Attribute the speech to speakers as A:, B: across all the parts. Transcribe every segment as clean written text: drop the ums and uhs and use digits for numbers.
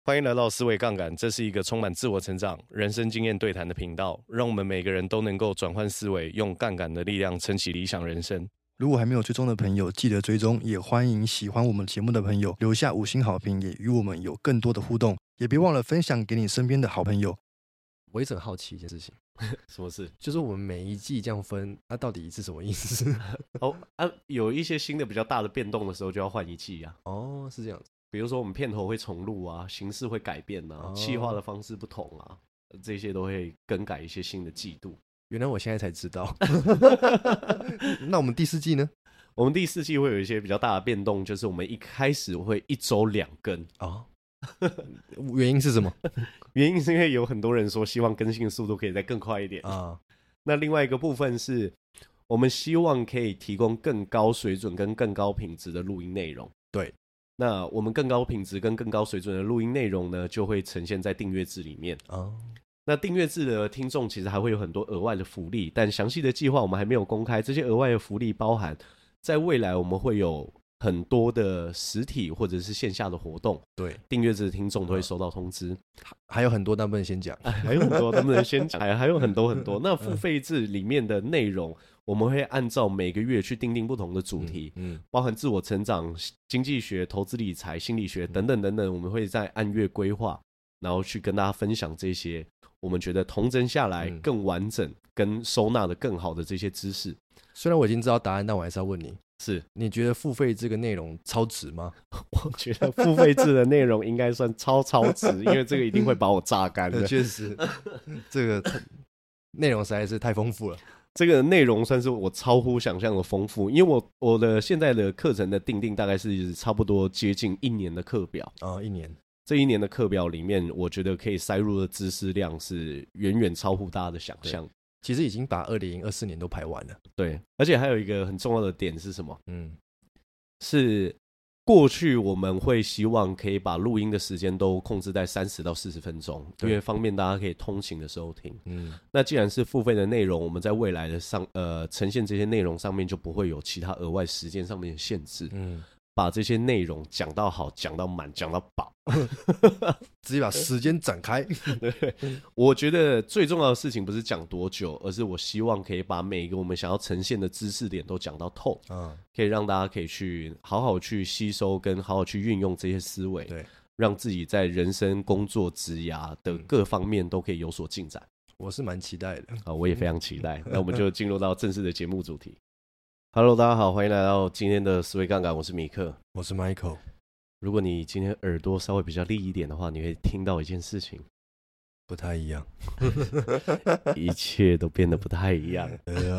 A: 欢迎来到思维杠杆，这是一个充满自我成长、人生经验对谈的频道，让我们每个人都能够转换思维，用杠杆的力量撑起理想人生。
B: 如果还没有追踪的朋友，记得追踪，也欢迎喜欢我们节目的朋友留下5星好评，也与我们有更多的互动，也别忘了分享给你身边的好朋友。
C: 我一直很好奇一件事情，
A: 什么事？
C: 就是我们每一季这样分，它到底是什么意思？
A: 有一些新的比较大的变动的时候，就要换一季啊。
C: 哦，是这样子。
A: 比如说我们片头会重录啊，形式会改变啊，企划的方式不同啊，这些都会更改一些新的季度。
C: 原来我现在才知道。
B: 那我们第4季呢？
A: 我们第4季会有一些比较大的变动，就是我们一开始会1周2更
C: 哦。原因是什么？
A: 原因是因为有很多人说希望更新的速度可以再更快一点啊。那另外一个部分是我们希望可以提供更高水准跟更高品质的录音内容。
C: 对，
A: 那我们更高品质跟更高水准的录音内容呢，就会呈现在订阅制里面。那订阅制的听众其实还会有很多额外的福利，但详细的计划我们还没有公开。这些额外的福利包含在未来我们会有很多的实体或者是线下的活动，
C: 对，
A: 订阅制的听众都会收到通知。
C: 还有很多，但不能先讲。
A: 还有很多，能不能先讲？还有很多很多。那付费制里面的内容，我们会按照每个月去订定不同的主题，包含自我成长、经济学、投资理财、心理学等等等等，我们会在按月规划，然后去跟大家分享这些我们觉得统整下来更完整、跟收纳的更好的这些知识。
C: 虽然我已经知道答案，但我还是要问你。
A: 是，你
C: 觉得付费这个内容超值吗？
A: 我觉得付费制的内容应该算超值，因为这个一定会把我榨干的。
C: 确实，这个内容实在是太丰富了。
A: 这个内容算是我超乎想象的丰富，因为我的现在的课程的定大概是差不多接近1年的课表
C: 啊，1年。
A: 这1年的课表里面，我觉得可以塞入的知识量是远远超乎大家的想象。
C: 其实已经把2024年都排完了。
A: 对，而且还有一个很重要的点是什么？是过去我们会希望可以把录音的时间都控制在30到40分钟，因为方便大家可以通勤的时候听。那既然是付费的内容，我们在未来的呈现这些内容上面就不会有其他额外时间上面的限制。把这些内容讲到好，讲到满，讲到饱，
C: 直接把时间展开。
A: 对，我觉得最重要的事情不是讲多久，而是我希望可以把每一个我们想要呈现的知识点都讲到透，可以让大家可以去好好去吸收，跟好好去运用这些思维，对，让自己在人生、工作、职涯的各方面都可以有所进展。
C: 我是蛮期待的
A: 我也非常期待。那我们就进入到正式的节目主题。Hello， 大家好，欢迎来到今天的思维杠杆，我是米克，
C: 我是 Michael。
A: 如果你今天耳朵稍微比较利一点的话，你会听到一件事情，
C: 不太一样，
A: 一切都变得不太一样。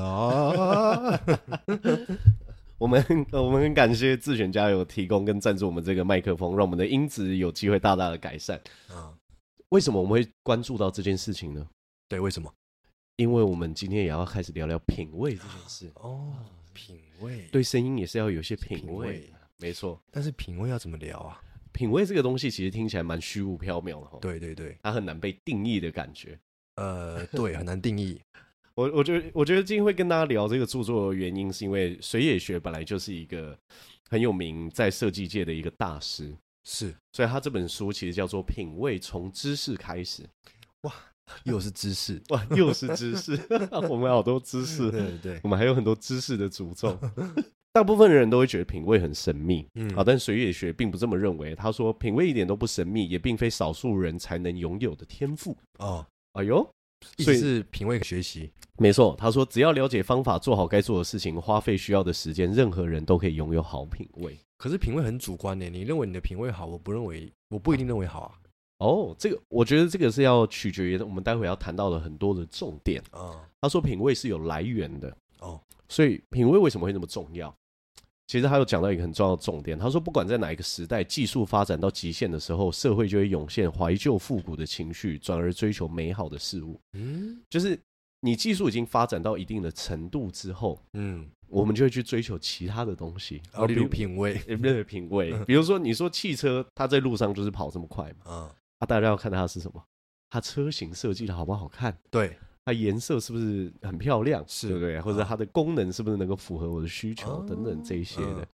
A: 我们很感谢自选家有提供跟赞助我们这个麦克风，让我们的音质有机会大大的改善。为什么我们会关注到这件事情呢？
C: 对，为什么？
A: 因为我们今天也要开始聊聊品味这件事。
C: 品味，
A: 对声音也是要有一些品味，没错。
C: 但是品味要怎么聊啊？
A: 品味这个东西其实听起来蛮虚无缥缈的。
C: 对对对，
A: 它很难被定义的感觉。
C: 对，很难定义。
A: 我觉得今天会跟大家聊这个著作的原因，是因为水野学本来就是一个很有名在设计界的一个大师，
C: 是，
A: 所以他这本书其实叫做《品味从知识开始》。
C: 哇，又是知识，
A: 哇，又是知识，我们好多知识，
C: 对，
A: 我们还有很多知识的诅咒。大部分的人都会觉得品味很神秘，但水野学并不这么认为。他说，品味一点都不神秘，也并非少数人才能拥有的天赋。哎呦，
C: 意思是品味学习。
A: 没错，他说，只要了解方法，做好该做的事情，花费需要的时间，任何人都可以拥有好品味。
C: 可是品味很主观的，你认为你的品味好，我不一定认为好啊。
A: 这个我觉得这个是要取决于我们待会要谈到的很多的重点。他说品味是有来源的。所以品味为什么会那么重要？其实他有讲到一个很重要的重点。他说不管在哪一个时代，技术发展到极限的时候，社会就会涌现怀旧复古的情绪，转而追求美好的事物。就是你技术已经发展到一定的程度之后，我们就会去追求其他的东西，
C: 例如品味，
A: 品味。比如说你说汽车它在路上就是跑这么快嘛，大家要看它是什么，它车型设计的好不好看，
C: 对，
A: 它颜色是不是很漂亮，
C: 是
A: 对不对？或者它的功能是不是能够符合我的需求等等这一些的。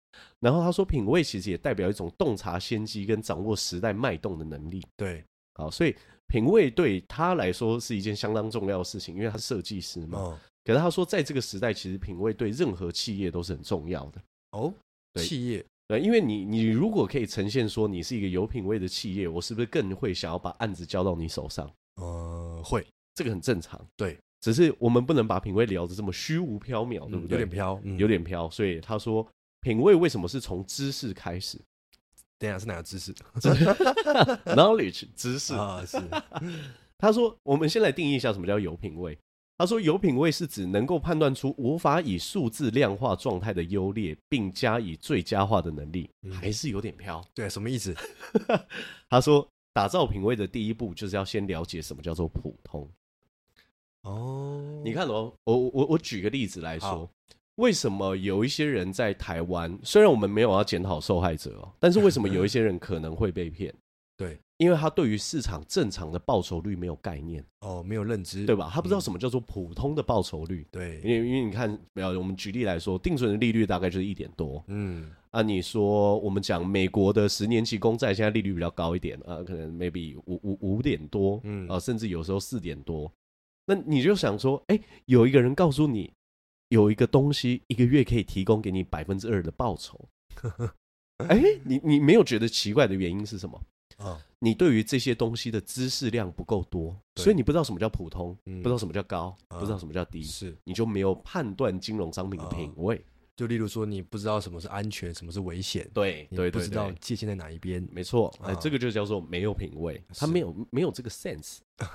A: 然后他说，品味其实也代表一种洞察先机跟掌握时代脉动的能力。
C: 对，
A: 好，所以品味对他来说是一件相当重要的事情，因为他是设计师嘛。可是他说，在这个时代，其实品味对任何企业都是很重要的。
C: 哦，企业。
A: 对，因为你如果可以呈现说你是一个有品味的企业，我是不是更会想要把案子交到你手上？
C: 会，
A: 这个很正常。
C: 对，
A: 只是我们不能把品味聊得这么虚无缥缈，对不对？
C: 有点飘，
A: 有点飘。所以他说，品味为什么是从知识开始？
C: 等一下是哪个知识
A: ？knowledge 知识
C: 啊，是。
A: 他说，我们先来定义一下什么叫有品味。他说，有品味是指能够判断出无法以数字量化状态的优劣，并加以最佳化的能力，还是有点飘。
C: 对，什么意思？
A: 他说，打造品味的第一步就是要先了解什么叫做普通。哦，你看哦，我举个例子来说，为什么有一些人在台湾，虽然我们没有要检讨受害者哦，但是为什么有一些人可能会被骗？
C: 对，
A: 因为他对于市场正常的报酬率没有概念，
C: 没有认知，
A: 对吧？他不知道什么叫做普通的报酬率。
C: 对，
A: 因为你看，我们举例来说，定存的利率大概就是1点多。你说我们讲美国的10年期公债现在利率比较高一点可能 maybe 5点多，甚至有时候4点多。那你就想说，有一个人告诉你，有一个东西1个月可以提供给你2%的报酬，你没有觉得奇怪的原因是什么？你对于这些东西的知识量不够多，所以你不知道什么叫普通，不知道什么叫高，不知道什么叫低，你就没有判断金融商品的品味。
C: 就例如说，你不知道什么是安全，什么是危险，
A: 对，
C: 你不知道界限在哪一边。
A: 没错，这个就叫做没有品味，他没有这个 sense。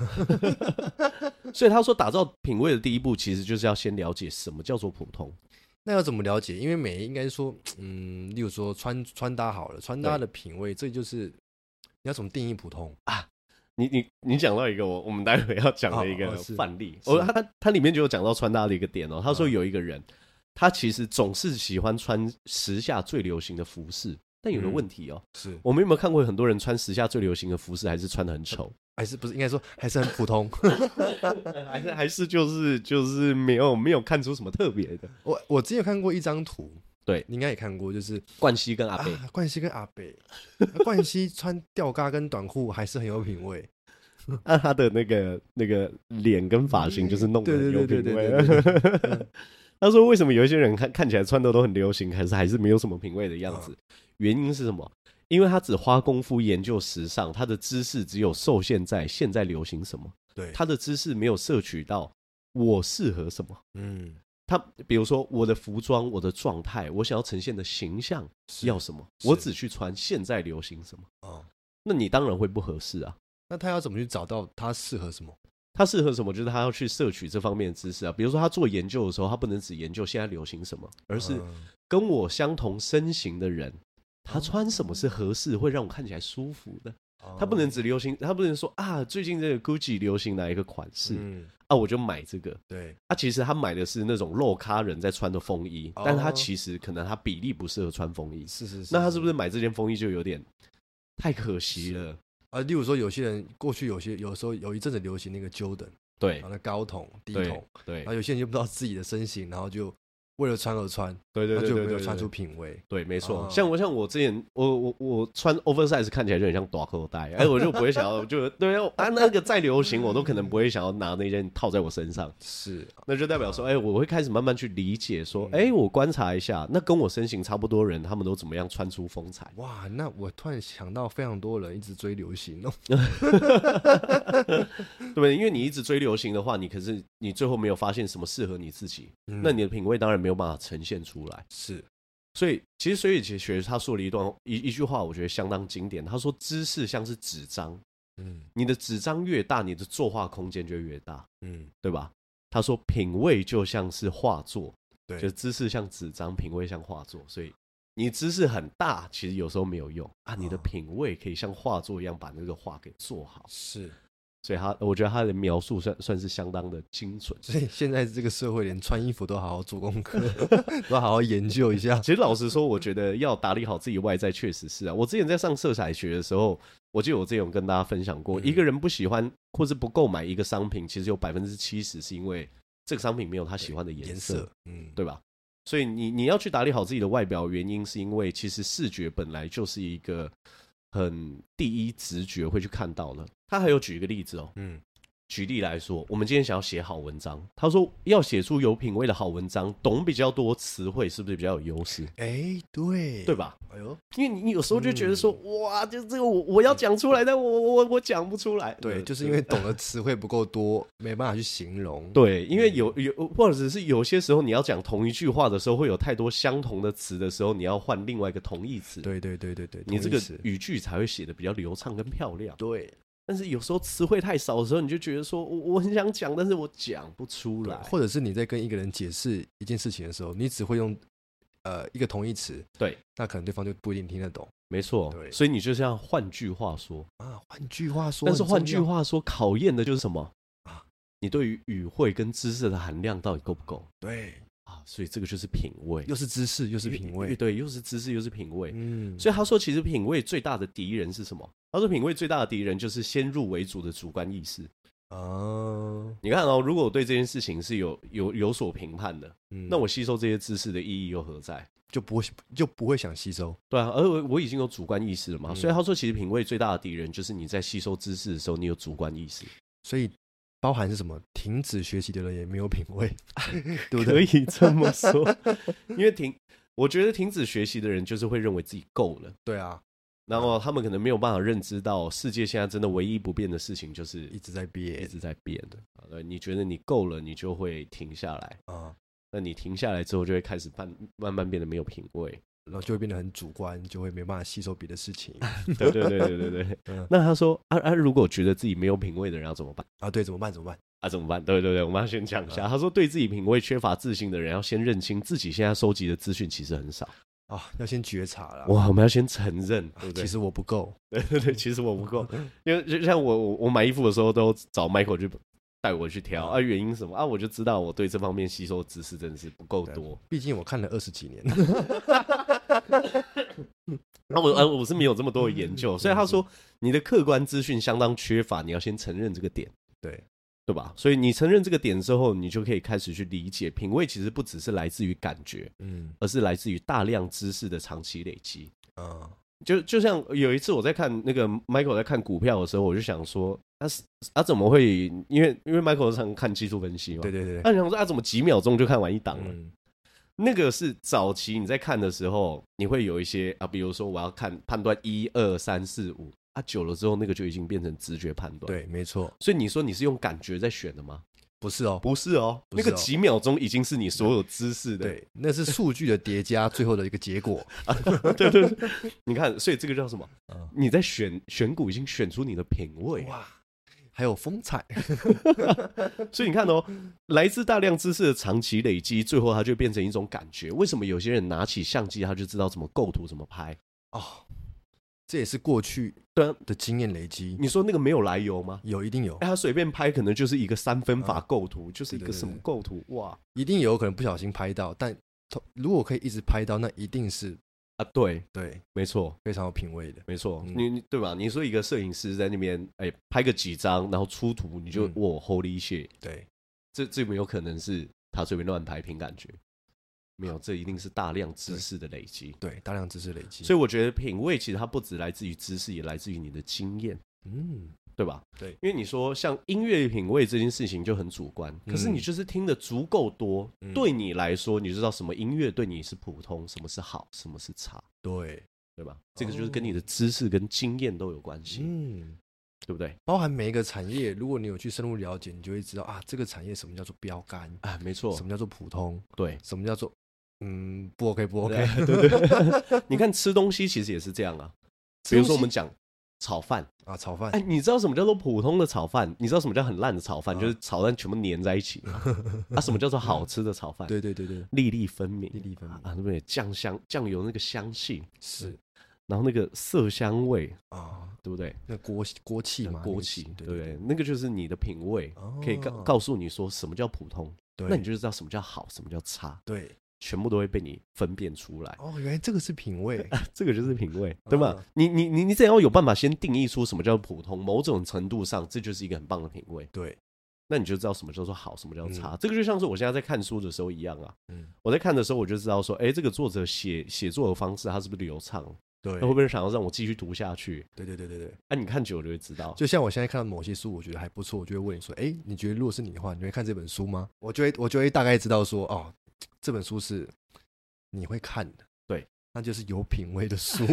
A: 所以他说，打造品味的第一步，其实就是要先了解什么叫做普通。
C: 那要怎么了解？因为应该说，例如说穿搭好了，穿搭的品味，这就是你要怎么定义普通啊？
A: 你讲到一个我们待会要讲的一个范例，他里面就有讲到穿搭的一个点哦。他说有一个人，他其实总是喜欢穿时下最流行的服饰，但有个问题哦，
C: 是
A: 我们有没有看过很多人穿时下最流行的服饰，还是穿得很丑？
C: 还是不是应该说还是很普通？
A: 还是就是没有看出什么特别的。
C: 我之前有看过一张图。
A: 对，
C: 你应该也看过，就是
A: 冠希跟阿北，
C: 冠希跟阿北，冠希穿吊嘎跟短裤还是很有品味，
A: 他的那个脸跟发型就是弄得很有品味。他说为什么有一些人看起来穿的都很流行，还是没有什么品味的样子？原因是什么？因为他只花功夫研究时尚，他的知识只有受限在现在流行什么，
C: 对，
A: 他的知识没有摄取到我适合什么。他比如说我的服装，我的状态，我想要呈现的形象要什么，我只去穿现在流行什么，那你当然会不合适啊。
C: 那他要怎么去找到他适合什么？
A: 他适合什么，就是他要去摄取这方面的知识啊。比如说他做研究的时候，他不能只研究现在流行什么，而是跟我相同身形的人，他穿什么是合适，会让我看起来舒服的。他不能只流行，他不能说最近这个 Gucci 流行哪一个款式，我就买这个。
C: 对，
A: 其实他买的是那种肉咖人在穿的风衣，但他其实可能他比例不适合穿风衣。
C: 是。
A: 那他是不是买这件风衣就有点太可惜了？
C: 例如说有些人过去有时候有一阵子流行那个 Jordan，
A: 对，
C: 那高筒低筒，
A: 对，
C: 然后有些人就不知道自己的身形，然后就为了穿而穿，
A: 对，
C: 就没有穿出品味。
A: 对，没错。像我之前，我穿 oversize 看起来就很像大口袋，我就不会想要，就对那个再流行，我都可能不会想要拿那件套在我身上。
C: 是，
A: 那就代表说，我会开始慢慢去理解说，我观察一下，那跟我身形差不多人，他们都怎么样穿出风采？
C: 哇，那我突然想到，非常多人一直追流行哦。
A: 对不对？因为你一直追流行的话，可是你最后没有发现什么适合你自己，那你的品味当然没有办法呈现出来。
C: 是，
A: 所以其实水野学他说了一句话，我觉得相当经典。他说：“知识像是纸张，你的纸张越大，你的作画空间就越大，对吧？”他说：“品味就像是画作，
C: 对，
A: 就知识像纸张，品味像画作。所以你知识很大，其实有时候没有用你的品味可以像画作一样把那个画给做好。”
C: 是。
A: 所以我觉得他的描述算是相当的精准。
C: 所以现在这个社会连穿衣服都好好做功课，都要好好研究一下。
A: 其实老实说，我觉得要打理好自己外在，确实是啊。我之前在上色彩学的时候，我记得我之前有跟大家分享过，一个人不喜欢或是不购买一个商品，其实有70%是因为这个商品没有他喜欢的颜色，对吧？ 所以你要去打理好自己的外表，原因是因为其实视觉本来就是一个很第一直觉会去看到的。他还有举一个例子哦，举例来说，我们今天想要写好文章，他说要写出有品味的好文章，懂比较多词汇，是不是比较有优势？
C: 对
A: 吧？
C: 哎呦，
A: 因为你有时候就觉得说，哇，就这个我要讲出来，但我讲不出来。
C: 对，就是因为懂的词汇不够多，没办法去形容。
A: 对，因为有或者是有些时候你要讲同一句话的时候，会有太多相同的词的时候，你要换另外一个同义词。
C: 对，
A: 你这个语句才会写得比较流畅跟漂亮。
C: 对。
A: 但是有时候词汇太少的时候，你就觉得说我很想讲，但是我讲不出来。
C: 或者是你在跟一个人解释一件事情的时候，你只会用一个同义词，
A: 对，
C: 那可能对方就不一定听得懂。
A: 没错，所以你就是要换句话说
C: 啊，换句话说。
A: 但是换句话说，考验的就是什么啊？你对于语汇跟知识的含量到底够不够？
C: 对
A: 啊，所以这个就是品味，
C: 又是知识又是品味，
A: 对，又是知识又是品味。所以他说，其实品味最大的敌人是什么？他说，品味最大的敌人就是先入为主的主观意识。你看哦，如果我对这件事情是有所评判的，那我吸收这些知识的意义又何在？
C: 就不会想吸收。
A: 对啊，而我已经有主观意识了嘛，所以他说，其实品味最大的敌人就是你在吸收知识的时候，你有主观意识。
C: 所以包含是什么？停止学习的人也没有品味，对不对？
A: 可以这么说，因为我觉得停止学习的人就是会认为自己够了。
C: 对啊。
A: 然后他们可能没有办法认知到，世界现在真的唯一不变的事情就是
C: 一直在变
A: 的。你觉得你够了，你就会停下来啊。那你停下来之后，就会开始慢慢变得没有品味，
C: 然后就会变得很主观，就会没办法吸收别的事情。
A: 对。那他说如果觉得自己没有品味的人要怎么办
C: 啊？对，怎么办？
A: 怎么办？对，我们要先讲一下。他说，对自己品味缺乏自信的人，要先认清自己现在收集的资讯其实很少。
C: 要先觉察啦。
A: 哇，我们要先承认，对不对？
C: 其实我不够。
A: 对，其实我不够。因为就像我买衣服的时候，都找 Michael 去带我去挑原因是什么我就知道我对这方面吸收的知识真的是不够多。
C: 毕竟我看了20几年。
A: 我是没有这么多的研究，所以他说你的客观资讯相当缺乏，你要先承认这个点。对吧？所以你承认这个点之后，你就可以开始去理解，品味其实不只是来自于感觉，而是来自于大量知识的长期累积。就像有一次我在看那个 Michael 在看股票的时候，我就想说，他怎么会？因为 Michael 常看技术分析嘛，
C: 对。
A: 他想说怎么几秒钟就看完一档了？那个是早期你在看的时候，你会有一些比如说我要判断1、2、3、4、5。久了之后，那个就已经变成直觉判断。
C: 对，没错。
A: 所以你说你是用感觉在选的吗？
C: 不是哦，
A: 那个几秒钟已经是你所有知识的。
C: 对，那是数据的叠加，最后的一个结果。
A: 对，你看，所以这个叫什么？你在选股已经选出你的品味，
C: 哇，还有风采。
A: 所以你看哦，来自大量知识的长期累积，最后它就变成一种感觉。为什么有些人拿起相机，他就知道怎么构图、怎么拍？
C: 这也是过去的经验累积。
A: 你说那个没有来由吗？
C: 一定有。
A: 他随便拍可能就是一个3分法构图，就是一个什么构图，哇，
C: 一定有可能不小心拍到，但如果可以一直拍到，那一定是
A: 对，没错，
C: 非常有品味的，
A: 没错。你对吧？你说一个摄影师在那边拍个几张，然后出图，你就holy shit，
C: 对，
A: 这没有可能是他随便乱拍凭感觉。没有，这一定是大量知识的累积。
C: 对，大量知识累积。
A: 所以我觉得品味其实它不只来自于知识，也来自于你的经验。对吧？
C: 对，
A: 因为你说像音乐品味这件事情就很主观，可是你就是听的足够多，对你来说，你就知道什么音乐对你是普通，什么是好，什么是差。
C: 对
A: 吧？这个就是跟你的知识跟经验都有关系。对不对？
C: 包含每一个产业，如果你有去深入了解，你就会知道这个产业什么叫做标杆
A: 没错，
C: 什么叫做普通，
A: 对，
C: 什么叫做不 OK 不 OK，
A: 对。你看吃东西其实也是这样啊，比如说我们讲炒饭
C: 炒饭，
A: 你知道什么叫做普通的炒饭？你知道什么叫很烂的炒饭？就是炒蛋全部粘在一起。什么叫做好吃的炒饭？
C: 对，
A: 粒粒分明对不对？酱油那个香气
C: 是，
A: 然后那个色香味对不对？
C: 那锅气嘛，
A: 锅气，对不对？那个就是你的品味，可以告诉你说什么叫普通，那你就知道什么叫好，什么叫差，
C: 对，
A: 全部都会被你分辨出来。
C: 原来这个是品味，
A: 这个就是品味，对吧？你只要有办法先定义出什么叫普通，某种程度上这就是一个很棒的品味。
C: 对，
A: 那你就知道什么叫做好，什么叫做差。这个就像是我现在在看书的时候一样啊。我在看的时候我就知道说，这个作者写作的方式他是不是流畅？对，会不会想要让我继续读下去？对。你看久了就会知道。
C: 就像我现在看到某些书，我觉得还不错，我就会问你说，你觉得如果是你的话，你会看这本书吗？我就会大概知道说，哦，这本书是你会看的，
A: 对，
C: 那就是有品味的书。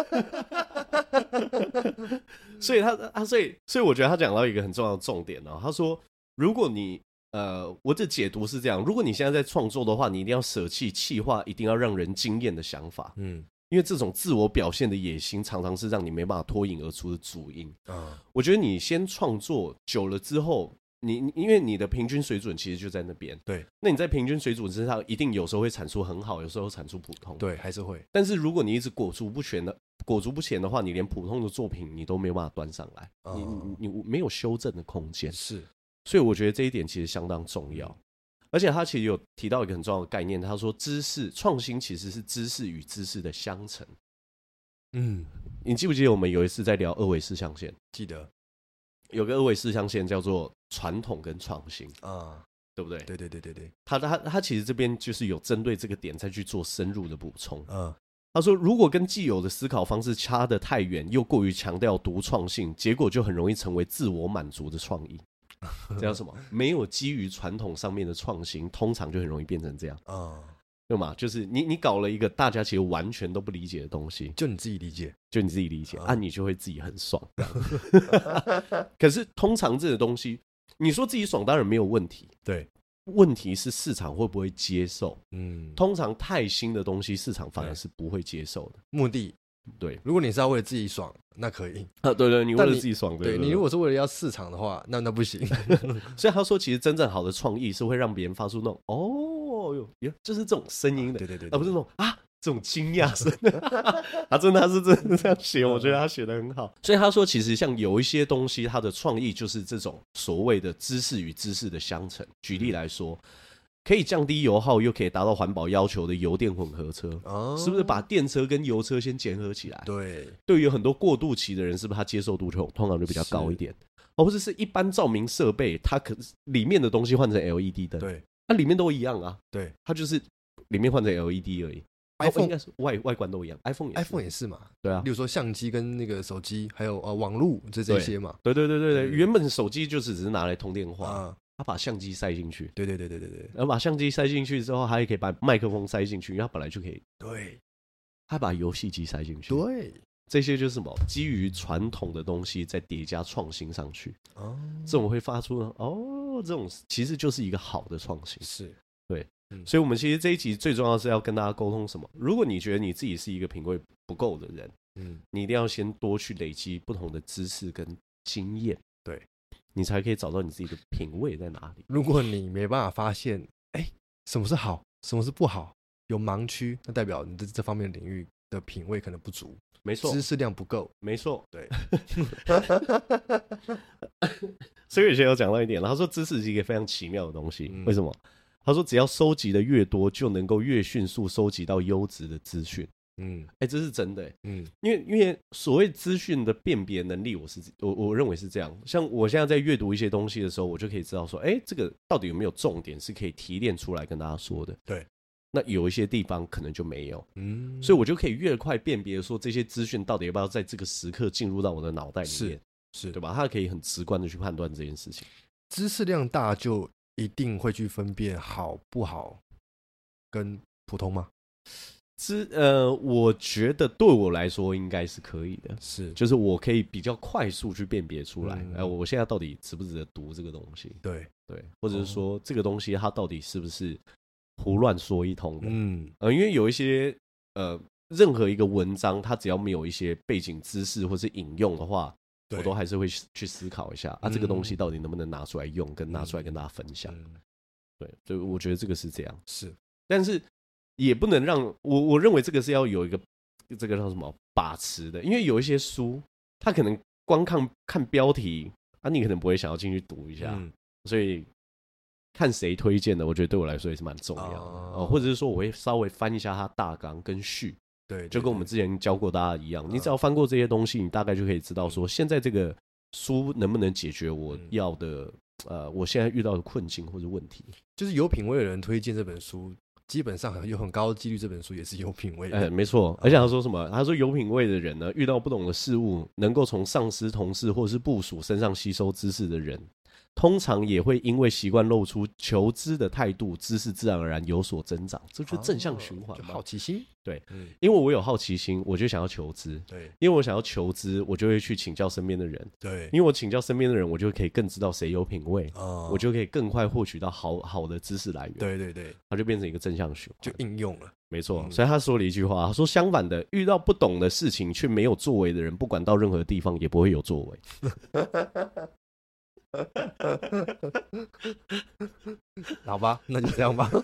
A: 所以所以我觉得他讲到一个很重要的重点哦，他说，如果你我的解读是这样，如果你现在在创作的话，你一定要舍弃企划一定要让人惊艳的想法，因为这种自我表现的野心常常是让你没办法脱颖而出的主因。我觉得你先创作久了之后，因为你的平均水准其实就在那边，对，那你在平均水准之上，一定有时候会产出很好，有时候产出普通，
C: 对，还是会。
A: 但是如果你一直裹足不前的话，你连普通的作品你都没有办法端上来，你没有修正的空间，
C: 是。所
A: 以我觉得这一点其实相当重要。而且他其实有提到一个很重要的概念，他说创新其实是知识与知识的相乘。你记不记得我们有一次在聊二维四象限？
C: 记得。
A: 有个二维四象限叫做传统跟创新对不对？
C: 对。
A: 他其实这边就是有针对这个点再去做深入的补充。他说，如果跟既有的思考方式差得太远，又过于强调独创性，结果就很容易成为自我满足的创意。这叫什么？没有基于传统上面的创新，通常就很容易变成这样对吗？就是你搞了一个大家其实完全都不理解的东西，
C: 就你自己理解，
A: 你就会自己很爽。可是通常这个东西，你说自己爽当然没有问题，
C: 对。
A: 问题是市场会不会接受？通常太新的东西，市场反而是不会接受的。
C: 目的，对，如果你是要为了自己爽，那可以
A: 对，你为了自己爽，
C: 对，你如果是为了要市场的话，那不行。
A: 所以他说，其实真正好的创意是会让别人发出那种就是这种声音的，
C: 对，
A: 而不是那种这种惊讶声。他真的这样写，我觉得他写得很好。所以他说，其实像有一些东西，它的创意就是这种所谓的知识与知识的相乘。举例来说，可以降低油耗又可以达到环保要求的油电混合车，是不是把电车跟油车先结合起来？对，对于很多过渡期的人，是不是他接受度通常就比较高一点？或者是一般照明设备，它可里面的东西换成 LED 灯，对，它里面都一样啊，对，它就是里面换成 LED 而已。iPhone 应该是外观都一样 ，iPhone
C: 也是嘛，
A: 对啊，
C: 例如说相机跟那个手机，还有网路这些嘛，
A: 对，原本手机就只是拿来通电话，他把相机塞进去，对，然后把相机塞进去之后，他也可以把麦克风塞进去，因为他本来就可以，对，他把游戏机塞进去，对，这些就是什么基于传统的东西再叠加创新上去，这种会发出这种其实就是一个好的创新，是，对。所以我们其实这一集最重要的是要跟大家沟通什么？如果你觉得你自己是一个品味不够的人，你一定要先多去累积不同的知识跟经验，对，你才可以找到你自己的品味在哪里。
C: 如果你没办法发现，什么是好，什么是不好，有盲区，那代表你的这方面领域的品味可能不足，
A: 没错，
C: 知识量不够，
A: 没错，
C: 对。
A: 所以有些有讲到一点，他说知识是一个非常奇妙的东西，为什么？他说只要收集的越多，就能够越迅速收集到优质的资讯。这是真的。因为所谓资讯的辨别能力，我认为是这样。像我现在在阅读一些东西的时候，我就可以知道说，这个到底有没有重点是可以提炼出来跟大家说的。对，那有一些地方可能就没有。所以我就可以越快辨别说这些资讯到底要不要在这个时刻进入到我的脑袋里面，是对吧？他可以很直观的去判断这件事情。
C: 知识量大就一定会去分辨好不好跟普通吗？
A: 我觉得对我来说应该是可以的，
C: 是，
A: 就是我可以比较快速去辨别出来，我现在到底值不值得读这个东西？对，或者是说这个东西它到底是不是胡乱说一通的？因为有一些任何一个文章，它只要没有一些背景知识或是引用的话，我都还是会去思考一下这个东西到底能不能拿出来用，跟拿出来跟大家分享。对，我觉得这个是这样，是，但是也不能让我认为这个是要有一个这个叫什么把持的，因为有一些书，它可能光看标题你可能不会想要进去读一下，所以看谁推荐的，我觉得对我来说也是蛮重要的或者是说我会稍微翻一下它大纲跟序。对，就跟我们之前教过大家一样，你只要翻过这些东西，你大概就可以知道说，现在这个书能不能解决我要的我现在遇到的困境或者问题。
C: 就是有品味的人推荐这本书，基本上有很高的几率这本书也是有品味的。
A: 没错。而且他说什么？他说有品味的人呢，遇到不懂的事物，能够从上司、同事或是部属身上吸收知识的人，通常也会因为习惯露出求知的态度，知识自然而然有所增长。这就是正向循环嘛。
C: 就好奇心。
A: 对，因为我有好奇心，我就想要求知。
C: 对，
A: 因为我想要求知，我就会去请教身边的人。
C: 对，
A: 因为我请教身边的人，我就可以更知道谁有品味，我就可以更快获取到好的知识来源。
C: 对对对，
A: 它就变成一个正向循环，
C: 就应用了。
A: 没错。所以他说了一句话，他说相反的，遇到不懂的事情却没有作为的人，不管到任何地方也不会有作为。
C: 好吧，那就这样吧。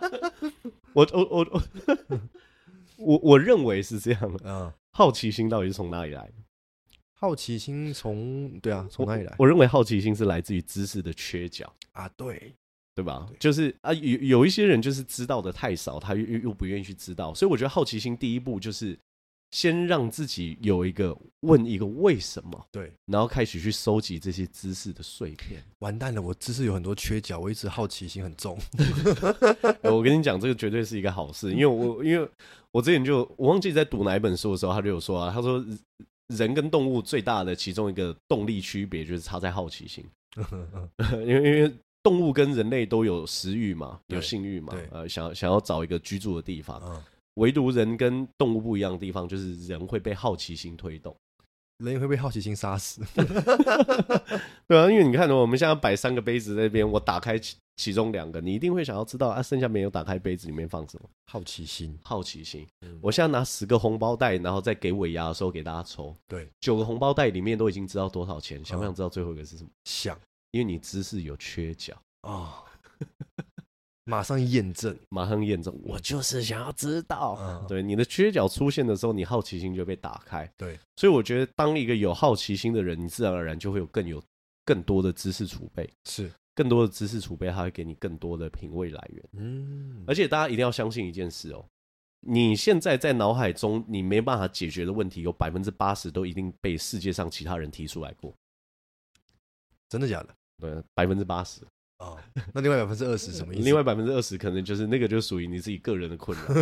A: 我认为是这样的。好奇心到底是从哪里来的？
C: 好奇心从哪里来？
A: 我认为好奇心是来自于知识的缺角
C: 啊，对
A: 吧？就是有一些人就是知道的太少，他又不愿意去知道，所以我觉得好奇心第一步就是先让自己问一个为什么，
C: 对，然
A: 后开始去收集这些知识的碎片。
C: 完蛋了，我知识有很多缺角，我一直好奇心很重。
A: 我跟你讲，这个绝对是一个好事，因为我之前我忘记在读哪一本书的时候，他就有说啊，他说人跟动物最大的其中一个动力区别就是差在好奇心。因为动物跟人类都有食欲嘛，有性欲嘛，想要找一个居住的地方。唯独人跟动物不一样的地方，就是人会被好奇心推动，
C: 人会被好奇心杀死。
A: 对啊，因为你看我们现在摆3个杯子在那边，我打开其中2个，你一定会想要知道剩下没有打开杯子里面放什么。
C: 好奇心。
A: 我现在拿10个红包袋，然后再给尾牙的时候给大家抽。
C: 对
A: ，9个红包袋里面都已经知道多少钱，想不想知道最后一个是什么？
C: 想，
A: 因为你知识有缺角
C: 啊。马上验证，
A: 我就是想要知道。对，你的缺角出现的时候，你好奇心就被打开。
C: 对，
A: 所以我觉得当一个有好奇心的人，你自然而然就会有更多的知识储备。
C: 是，
A: 更多的知识储备，它会给你更多的品味来源。而且大家一定要相信一件事哦，你现在在脑海中你没办法解决的问题，有80%都一定被世界上其他人提出来过。
C: 真的假的？
A: 对，80%。
C: 那另外20%什么意思？
A: 另外20%可能就是那个就属于你自己个人的困扰。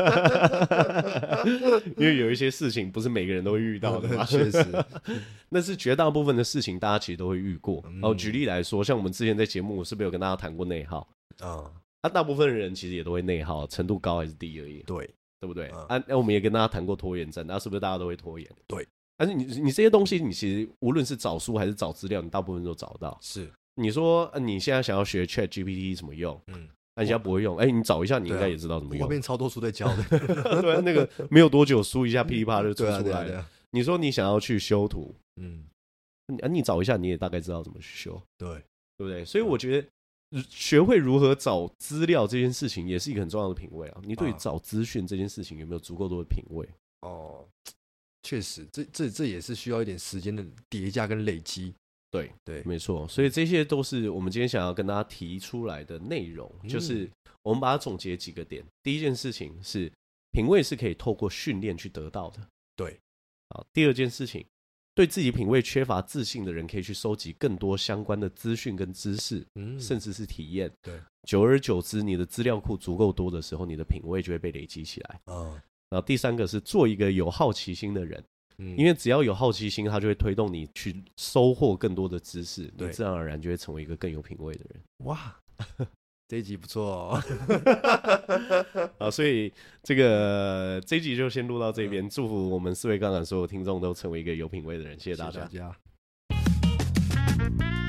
A: 因为有一些事情不是每个人都会遇到的嘛。
C: 确实。
A: 那是绝大部分的事情大家其实都会遇过。举例来说，像我们之前在节目是不是有跟大家谈过内耗？大部分的人其实也都会内耗，程度高还是低而已。
C: 对
A: 不对？我们也跟大家谈过拖延症，是不是大家都会拖延？
C: 对。
A: 但是你这些东西，你其实无论是找书还是找资料，你大部分都找得到。
C: 是。你
A: 说你现在想要学 ChatGPT 怎么用？那你现在不会用，你找一下，你应该也知道怎么用。
C: 后面超多书在教的。
A: 对，那个没有多久，书一下噼里啪啦就出来了。你说你想要去修图，你找一下，你也大概知道怎么去修。对不对？所以我觉得学会如何找资料这件事情，也是一个很重要的品味啊。你对找资讯这件事情有没有足够多的品味？
C: 确实，这也是需要一点时间的叠加跟累积。对，
A: 没错，所以这些都是我们今天想要跟大家提出来的内容，就是我们把它总结几个点。第一件事情是，品味是可以透过训练去得到的。
C: 对，
A: 第二件事情，对自己品味缺乏自信的人，可以去收集更多相关的资讯跟知识，甚至是体验。
C: 对，
A: 久而久之，你的资料库足够多的时候，你的品味就会被累积起来。然后第三个是做一个有好奇心的人。因为只要有好奇心，它就会推动你去收获更多的知识，你自然而然就会成为一个更有品味的人。
C: 哇，这一集不错
A: 哦。所以这一集就先录到这边。祝福我们4位杠杆所有听众都成为一个有品味的人，谢谢大家。